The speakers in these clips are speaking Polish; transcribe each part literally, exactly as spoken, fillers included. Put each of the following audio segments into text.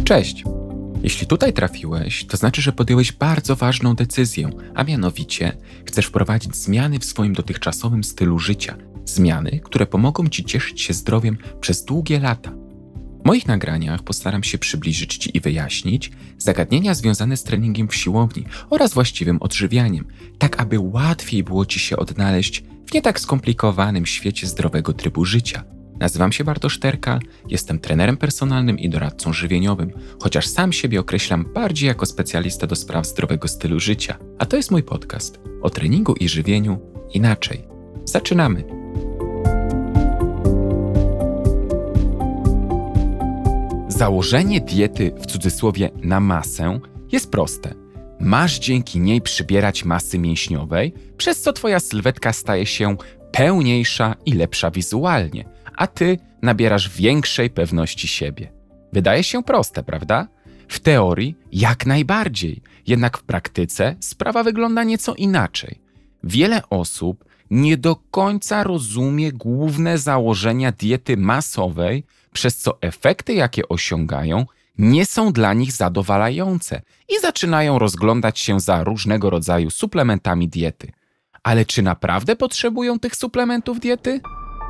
Cześć! Jeśli tutaj trafiłeś, to znaczy, że podjąłeś bardzo ważną decyzję, a mianowicie chcesz wprowadzić zmiany w swoim dotychczasowym stylu życia. Zmiany, które pomogą Ci cieszyć się zdrowiem przez długie lata. W moich nagraniach postaram się przybliżyć Ci i wyjaśnić zagadnienia związane z treningiem w siłowni oraz właściwym odżywianiem, tak aby łatwiej było Ci się odnaleźć w nie tak skomplikowanym świecie zdrowego trybu życia. Nazywam się Bartosz Terka, jestem trenerem personalnym i doradcą żywieniowym, chociaż sam siebie określam bardziej jako specjalista do spraw zdrowego stylu życia. A to jest mój podcast o treningu i żywieniu inaczej. Zaczynamy! Założenie diety w cudzysłowie na masę jest proste. Masz dzięki niej przybierać masy mięśniowej, przez co twoja sylwetka staje się pełniejsza i lepsza wizualnie, a ty nabierasz większej pewności siebie. Wydaje się proste, prawda? W teorii jak najbardziej, jednak w praktyce sprawa wygląda nieco inaczej. Wiele osób nie do końca rozumie główne założenia diety masowej, przez co efekty, jakie osiągają, nie są dla nich zadowalające i zaczynają rozglądać się za różnego rodzaju suplementami diety. Ale czy naprawdę potrzebują tych suplementów diety?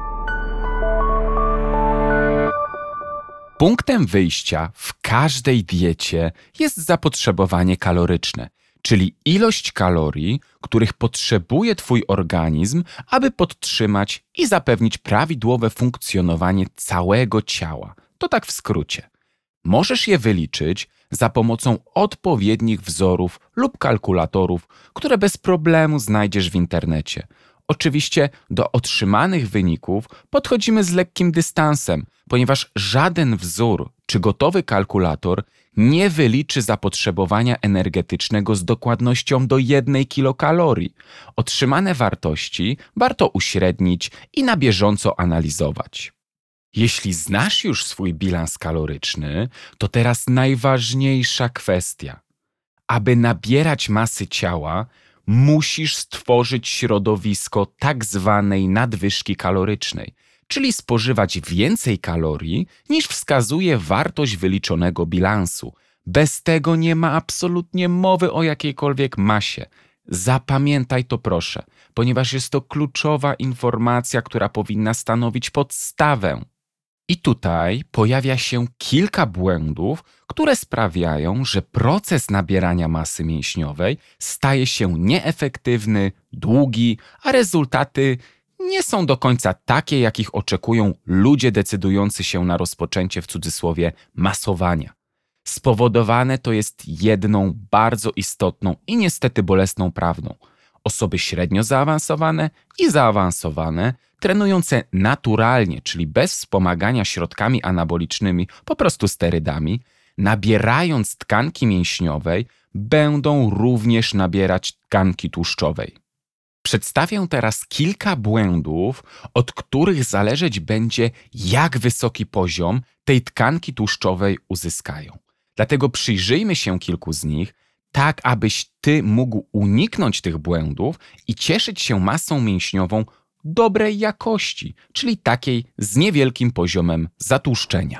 Punktem wyjścia w każdej diecie jest zapotrzebowanie kaloryczne, czyli ilość kalorii, których potrzebuje Twój organizm, aby podtrzymać i zapewnić prawidłowe funkcjonowanie całego ciała. To tak w skrócie. Możesz je wyliczyć za pomocą odpowiednich wzorów lub kalkulatorów, które bez problemu znajdziesz w internecie. Oczywiście do otrzymanych wyników podchodzimy z lekkim dystansem, ponieważ żaden wzór czy gotowy kalkulator nie wyliczy zapotrzebowania energetycznego z dokładnością do jednej kilokalorii. Otrzymane wartości warto uśrednić i na bieżąco analizować. Jeśli znasz już swój bilans kaloryczny, to teraz najważniejsza kwestia. Aby nabierać masy ciała, musisz stworzyć środowisko tak zwanej nadwyżki kalorycznej, czyli spożywać więcej kalorii niż wskazuje wartość wyliczonego bilansu. Bez tego nie ma absolutnie mowy o jakiejkolwiek masie. Zapamiętaj to proszę, ponieważ jest to kluczowa informacja, która powinna stanowić podstawę. I tutaj pojawia się kilka błędów, które sprawiają, że proces nabierania masy mięśniowej staje się nieefektywny, długi, a rezultaty nie są do końca takie, jakich oczekują ludzie decydujący się na rozpoczęcie w cudzysłowie masowania. Spowodowane to jest jedną bardzo istotną i niestety bolesną prawdą. Osoby średnio zaawansowane i zaawansowane, trenujące naturalnie, czyli bez wspomagania środkami anabolicznymi, po prostu sterydami, nabierając tkanki mięśniowej, będą również nabierać tkanki tłuszczowej. Przedstawię teraz kilka błędów, od których zależeć będzie, jak wysoki poziom tej tkanki tłuszczowej uzyskają. Dlatego przyjrzyjmy się kilku z nich, tak abyś Ty mógł uniknąć tych błędów i cieszyć się masą mięśniową dobrej jakości, czyli takiej z niewielkim poziomem zatłuszczenia.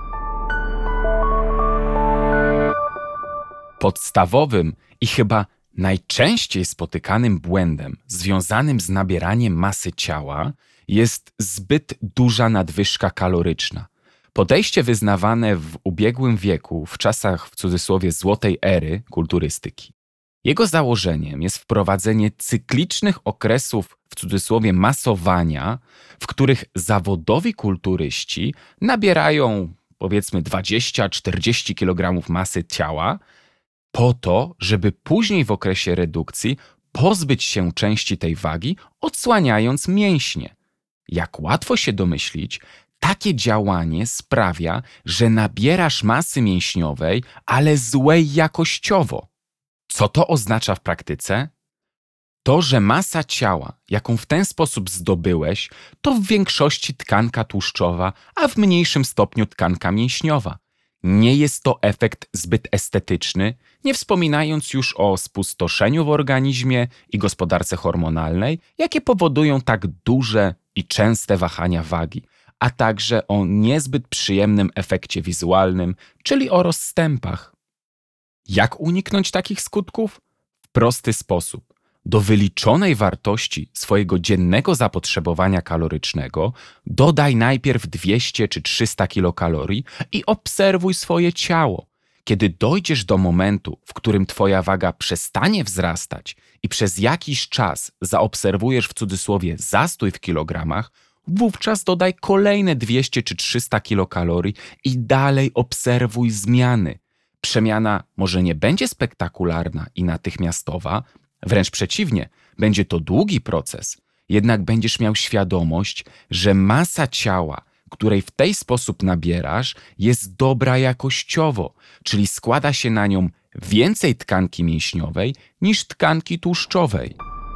Podstawowym i chyba najczęściej spotykanym błędem związanym z nabieraniem masy ciała jest zbyt duża nadwyżka kaloryczna. Podejście wyznawane w ubiegłym wieku, w czasach w cudzysłowie złotej ery kulturystyki. Jego założeniem jest wprowadzenie cyklicznych okresów w cudzysłowie masowania, w których zawodowi kulturyści nabierają powiedzmy dwadzieścia do czterdziestu kilogramów masy ciała po to, żeby później w okresie redukcji pozbyć się części tej wagi, odsłaniając mięśnie. Jak łatwo się domyślić, takie działanie sprawia, że nabierasz masy mięśniowej, ale złej jakościowo. Co to oznacza w praktyce? To, że masa ciała, jaką w ten sposób zdobyłeś, to w większości tkanka tłuszczowa, a w mniejszym stopniu tkanka mięśniowa. Nie jest to efekt zbyt estetyczny, nie wspominając już o spustoszeniu w organizmie i gospodarce hormonalnej, jakie powodują tak duże i częste wahania wagi, a także o niezbyt przyjemnym efekcie wizualnym, czyli o rozstępach. Jak uniknąć takich skutków? W prosty sposób. Do wyliczonej wartości swojego dziennego zapotrzebowania kalorycznego dodaj najpierw dwieście czy trzysta kilokalorii i obserwuj swoje ciało. Kiedy dojdziesz do momentu, w którym twoja waga przestanie wzrastać i przez jakiś czas zaobserwujesz w cudzysłowie zastój w kilogramach, wówczas dodaj kolejne dwieście czy trzysta kilokalorii i dalej obserwuj zmiany. Przemiana może nie będzie spektakularna i natychmiastowa, wręcz przeciwnie, będzie to długi proces, jednak będziesz miał świadomość, że masa ciała, której w ten sposób nabierasz, jest dobra jakościowo, czyli składa się na nią więcej tkanki mięśniowej niż tkanki tłuszczowej.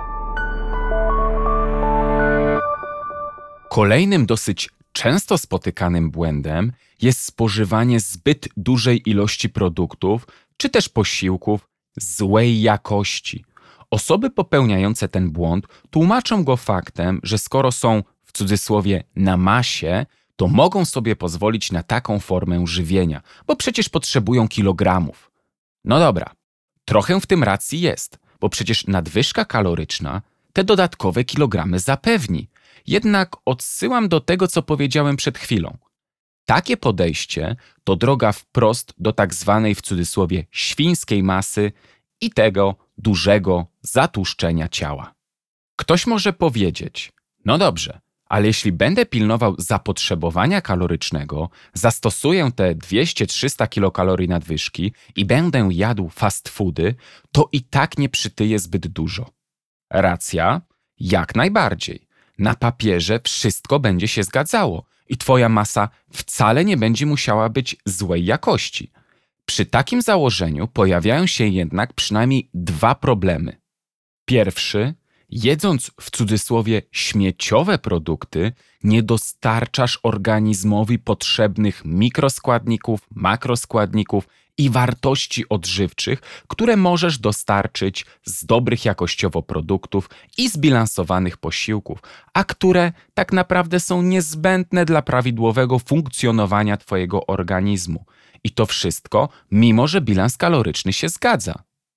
Kolejnym dosyć często spotykanym błędem jest spożywanie zbyt dużej ilości produktów czy też posiłków złej jakości. Osoby popełniające ten błąd tłumaczą go faktem, że skoro są w cudzysłowie na masie, to mogą sobie pozwolić na taką formę żywienia, bo przecież potrzebują kilogramów. No dobra, trochę w tym racji jest, bo przecież nadwyżka kaloryczna te dodatkowe kilogramy zapewni. Jednak odsyłam do tego, co powiedziałem przed chwilą. Takie podejście to droga wprost do tak zwanej w cudzysłowie świńskiej masy i tego dużego zatłuszczenia ciała. Ktoś może powiedzieć, no dobrze, ale jeśli będę pilnował zapotrzebowania kalorycznego, zastosuję te dwieście trzysta kilokalorii nadwyżki i będę jadł fast foody, to i tak nie przytyję zbyt dużo. Racja? Jak najbardziej. Na papierze wszystko będzie się zgadzało i twoja masa wcale nie będzie musiała być złej jakości. Przy takim założeniu pojawiają się jednak przynajmniej dwa problemy. Pierwszy, jedząc w cudzysłowie śmieciowe produkty, nie dostarczasz organizmowi potrzebnych mikroskładników, makroskładników i wartości odżywczych, które możesz dostarczyć z dobrych jakościowo produktów i zbilansowanych posiłków, a które tak naprawdę są niezbędne dla prawidłowego funkcjonowania twojego organizmu. I to wszystko, mimo że bilans kaloryczny się zgadza.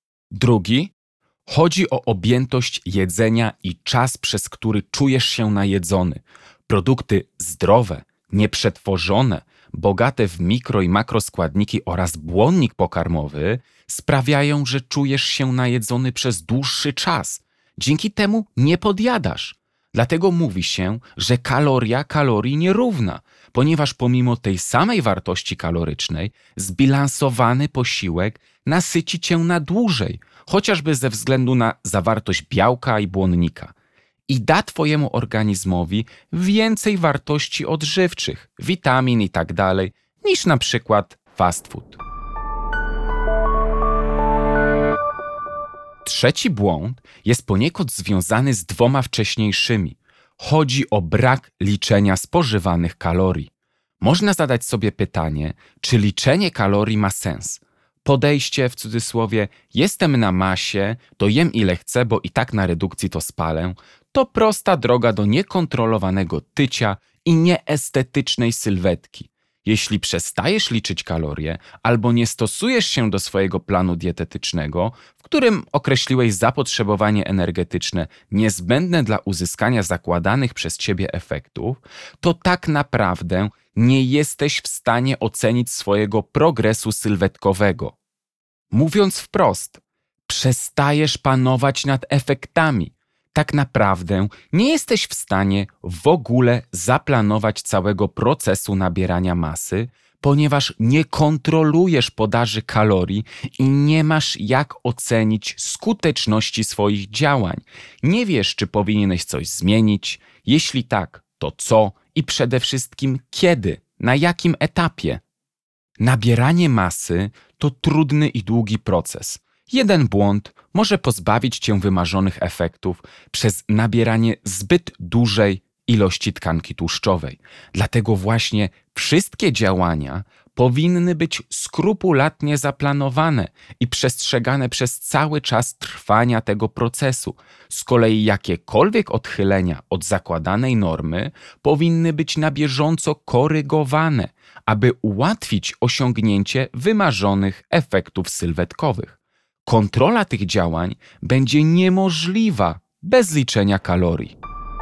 Drugi, chodzi o objętość jedzenia i czas, przez który czujesz się najedzony. Produkty zdrowe, nieprzetworzone, bogate w mikro i makroskładniki oraz błonnik pokarmowy sprawiają, że czujesz się najedzony przez dłuższy czas. Dzięki temu nie podjadasz. Dlatego mówi się, że kaloria kalorii nierówna, ponieważ pomimo tej samej wartości kalorycznej zbilansowany posiłek nasyci cię na dłużej, chociażby ze względu na zawartość białka i błonnika. I da twojemu organizmowi więcej wartości odżywczych, witamin i tak dalej, niż na przykład fast food. Trzeci błąd jest poniekąd związany z dwoma wcześniejszymi. Chodzi o brak liczenia spożywanych kalorii. Można zadać sobie pytanie, czy liczenie kalorii ma sens. Podejście w cudzysłowie jestem na masie, to jem ile chcę, bo i tak na redukcji to spalę, to prosta droga do niekontrolowanego tycia i nieestetycznej sylwetki. Jeśli przestajesz liczyć kalorie albo nie stosujesz się do swojego planu dietetycznego, w którym określiłeś zapotrzebowanie energetyczne niezbędne dla uzyskania zakładanych przez ciebie efektów, to tak naprawdę nie jesteś w stanie ocenić swojego progresu sylwetkowego. Mówiąc wprost, przestajesz panować nad efektami. Tak naprawdę nie jesteś w stanie w ogóle zaplanować całego procesu nabierania masy, ponieważ nie kontrolujesz podaży kalorii i nie masz jak ocenić skuteczności swoich działań. Nie wiesz, czy powinieneś coś zmienić, jeśli tak, to co i przede wszystkim kiedy, na jakim etapie. Nabieranie masy to trudny i długi proces. Jeden błąd może pozbawić cię wymarzonych efektów przez nabieranie zbyt dużej ilości tkanki tłuszczowej. Dlatego właśnie wszystkie działania powinny być skrupulatnie zaplanowane i przestrzegane przez cały czas trwania tego procesu. Z kolei jakiekolwiek odchylenia od zakładanej normy powinny być na bieżąco korygowane, aby ułatwić osiągnięcie wymarzonych efektów sylwetkowych. Kontrola tych działań będzie niemożliwa bez liczenia kalorii.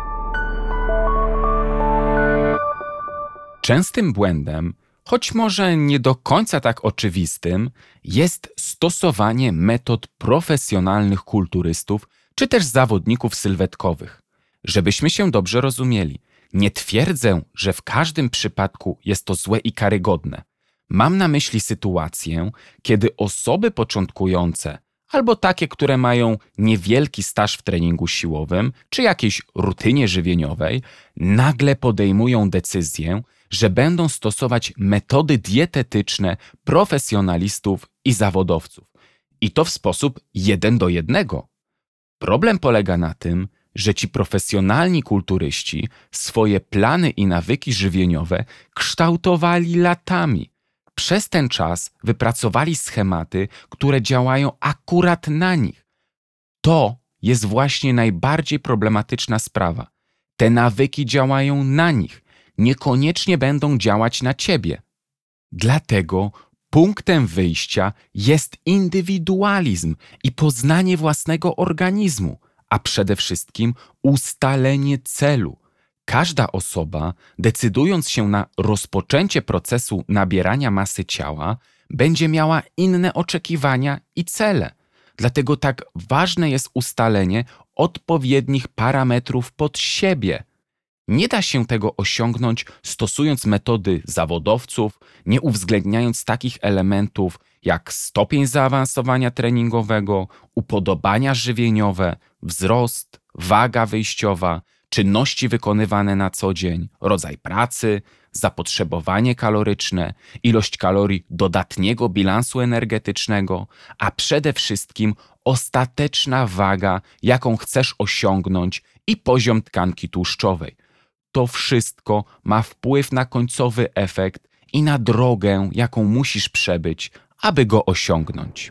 Częstym błędem, choć może nie do końca tak oczywistym, jest stosowanie metod profesjonalnych kulturystów czy też zawodników sylwetkowych. Żebyśmy się dobrze rozumieli, nie twierdzę, że w każdym przypadku jest to złe i karygodne. Mam na myśli sytuację, kiedy osoby początkujące albo takie, które mają niewielki staż w treningu siłowym czy jakiejś rutynie żywieniowej, nagle podejmują decyzję, że będą stosować metody dietetyczne profesjonalistów i zawodowców. I to w sposób jeden do jednego. Problem polega na tym, że ci profesjonalni kulturyści swoje plany i nawyki żywieniowe kształtowali latami. Przez ten czas wypracowali schematy, które działają akurat na nich. To jest właśnie najbardziej problematyczna sprawa. Te nawyki działają na nich, niekoniecznie będą działać na ciebie. Dlatego punktem wyjścia jest indywidualizm i poznanie własnego organizmu, a przede wszystkim ustalenie celu. Każda osoba, decydując się na rozpoczęcie procesu nabierania masy ciała, będzie miała inne oczekiwania i cele. Dlatego tak ważne jest ustalenie odpowiednich parametrów pod siebie. Nie da się tego osiągnąć stosując metody zawodowców, nie uwzględniając takich elementów jak stopień zaawansowania treningowego, upodobania żywieniowe, wzrost, waga wyjściowa, czynności wykonywane na co dzień, rodzaj pracy, zapotrzebowanie kaloryczne, ilość kalorii dodatniego bilansu energetycznego, a przede wszystkim ostateczna waga, jaką chcesz osiągnąć i poziom tkanki tłuszczowej. To wszystko ma wpływ na końcowy efekt i na drogę, jaką musisz przebyć, aby go osiągnąć.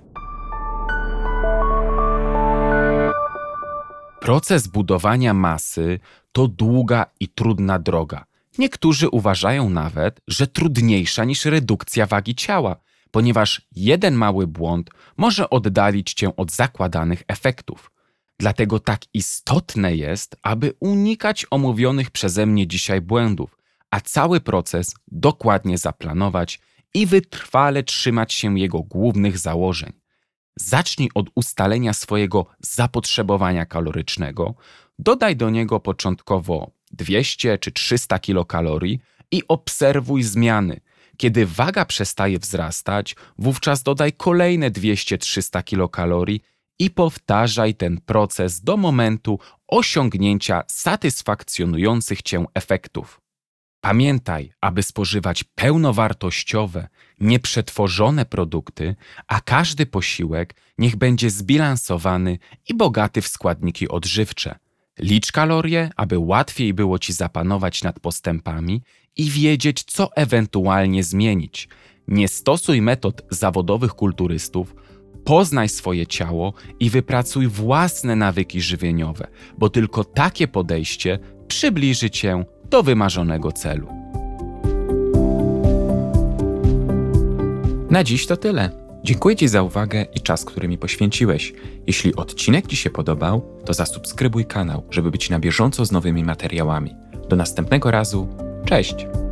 Proces budowania masy to długa i trudna droga. Niektórzy uważają nawet, że trudniejsza niż redukcja wagi ciała, ponieważ jeden mały błąd może oddalić cię od zakładanych efektów. Dlatego tak istotne jest, aby unikać omówionych przeze mnie dzisiaj błędów, a cały proces dokładnie zaplanować i wytrwale trzymać się jego głównych założeń. Zacznij od ustalenia swojego zapotrzebowania kalorycznego, dodaj do niego początkowo dwieście czy trzysta kilokalorii i obserwuj zmiany. Kiedy waga przestaje wzrastać, wówczas dodaj kolejne dwieście trzysta kilokalorii i powtarzaj ten proces do momentu osiągnięcia satysfakcjonujących cię efektów. Pamiętaj, aby spożywać pełnowartościowe, nieprzetworzone produkty, a każdy posiłek niech będzie zbilansowany i bogaty w składniki odżywcze. Licz kalorie, aby łatwiej było ci zapanować nad postępami i wiedzieć, co ewentualnie zmienić. Nie stosuj metod zawodowych kulturystów, poznaj swoje ciało i wypracuj własne nawyki żywieniowe, bo tylko takie podejście przybliży cię do wymarzonego celu. Na dziś to tyle. Dziękuję Ci za uwagę i czas, który mi poświęciłeś. Jeśli odcinek Ci się podobał, to zasubskrybuj kanał, żeby być na bieżąco z nowymi materiałami. Do następnego razu. Cześć!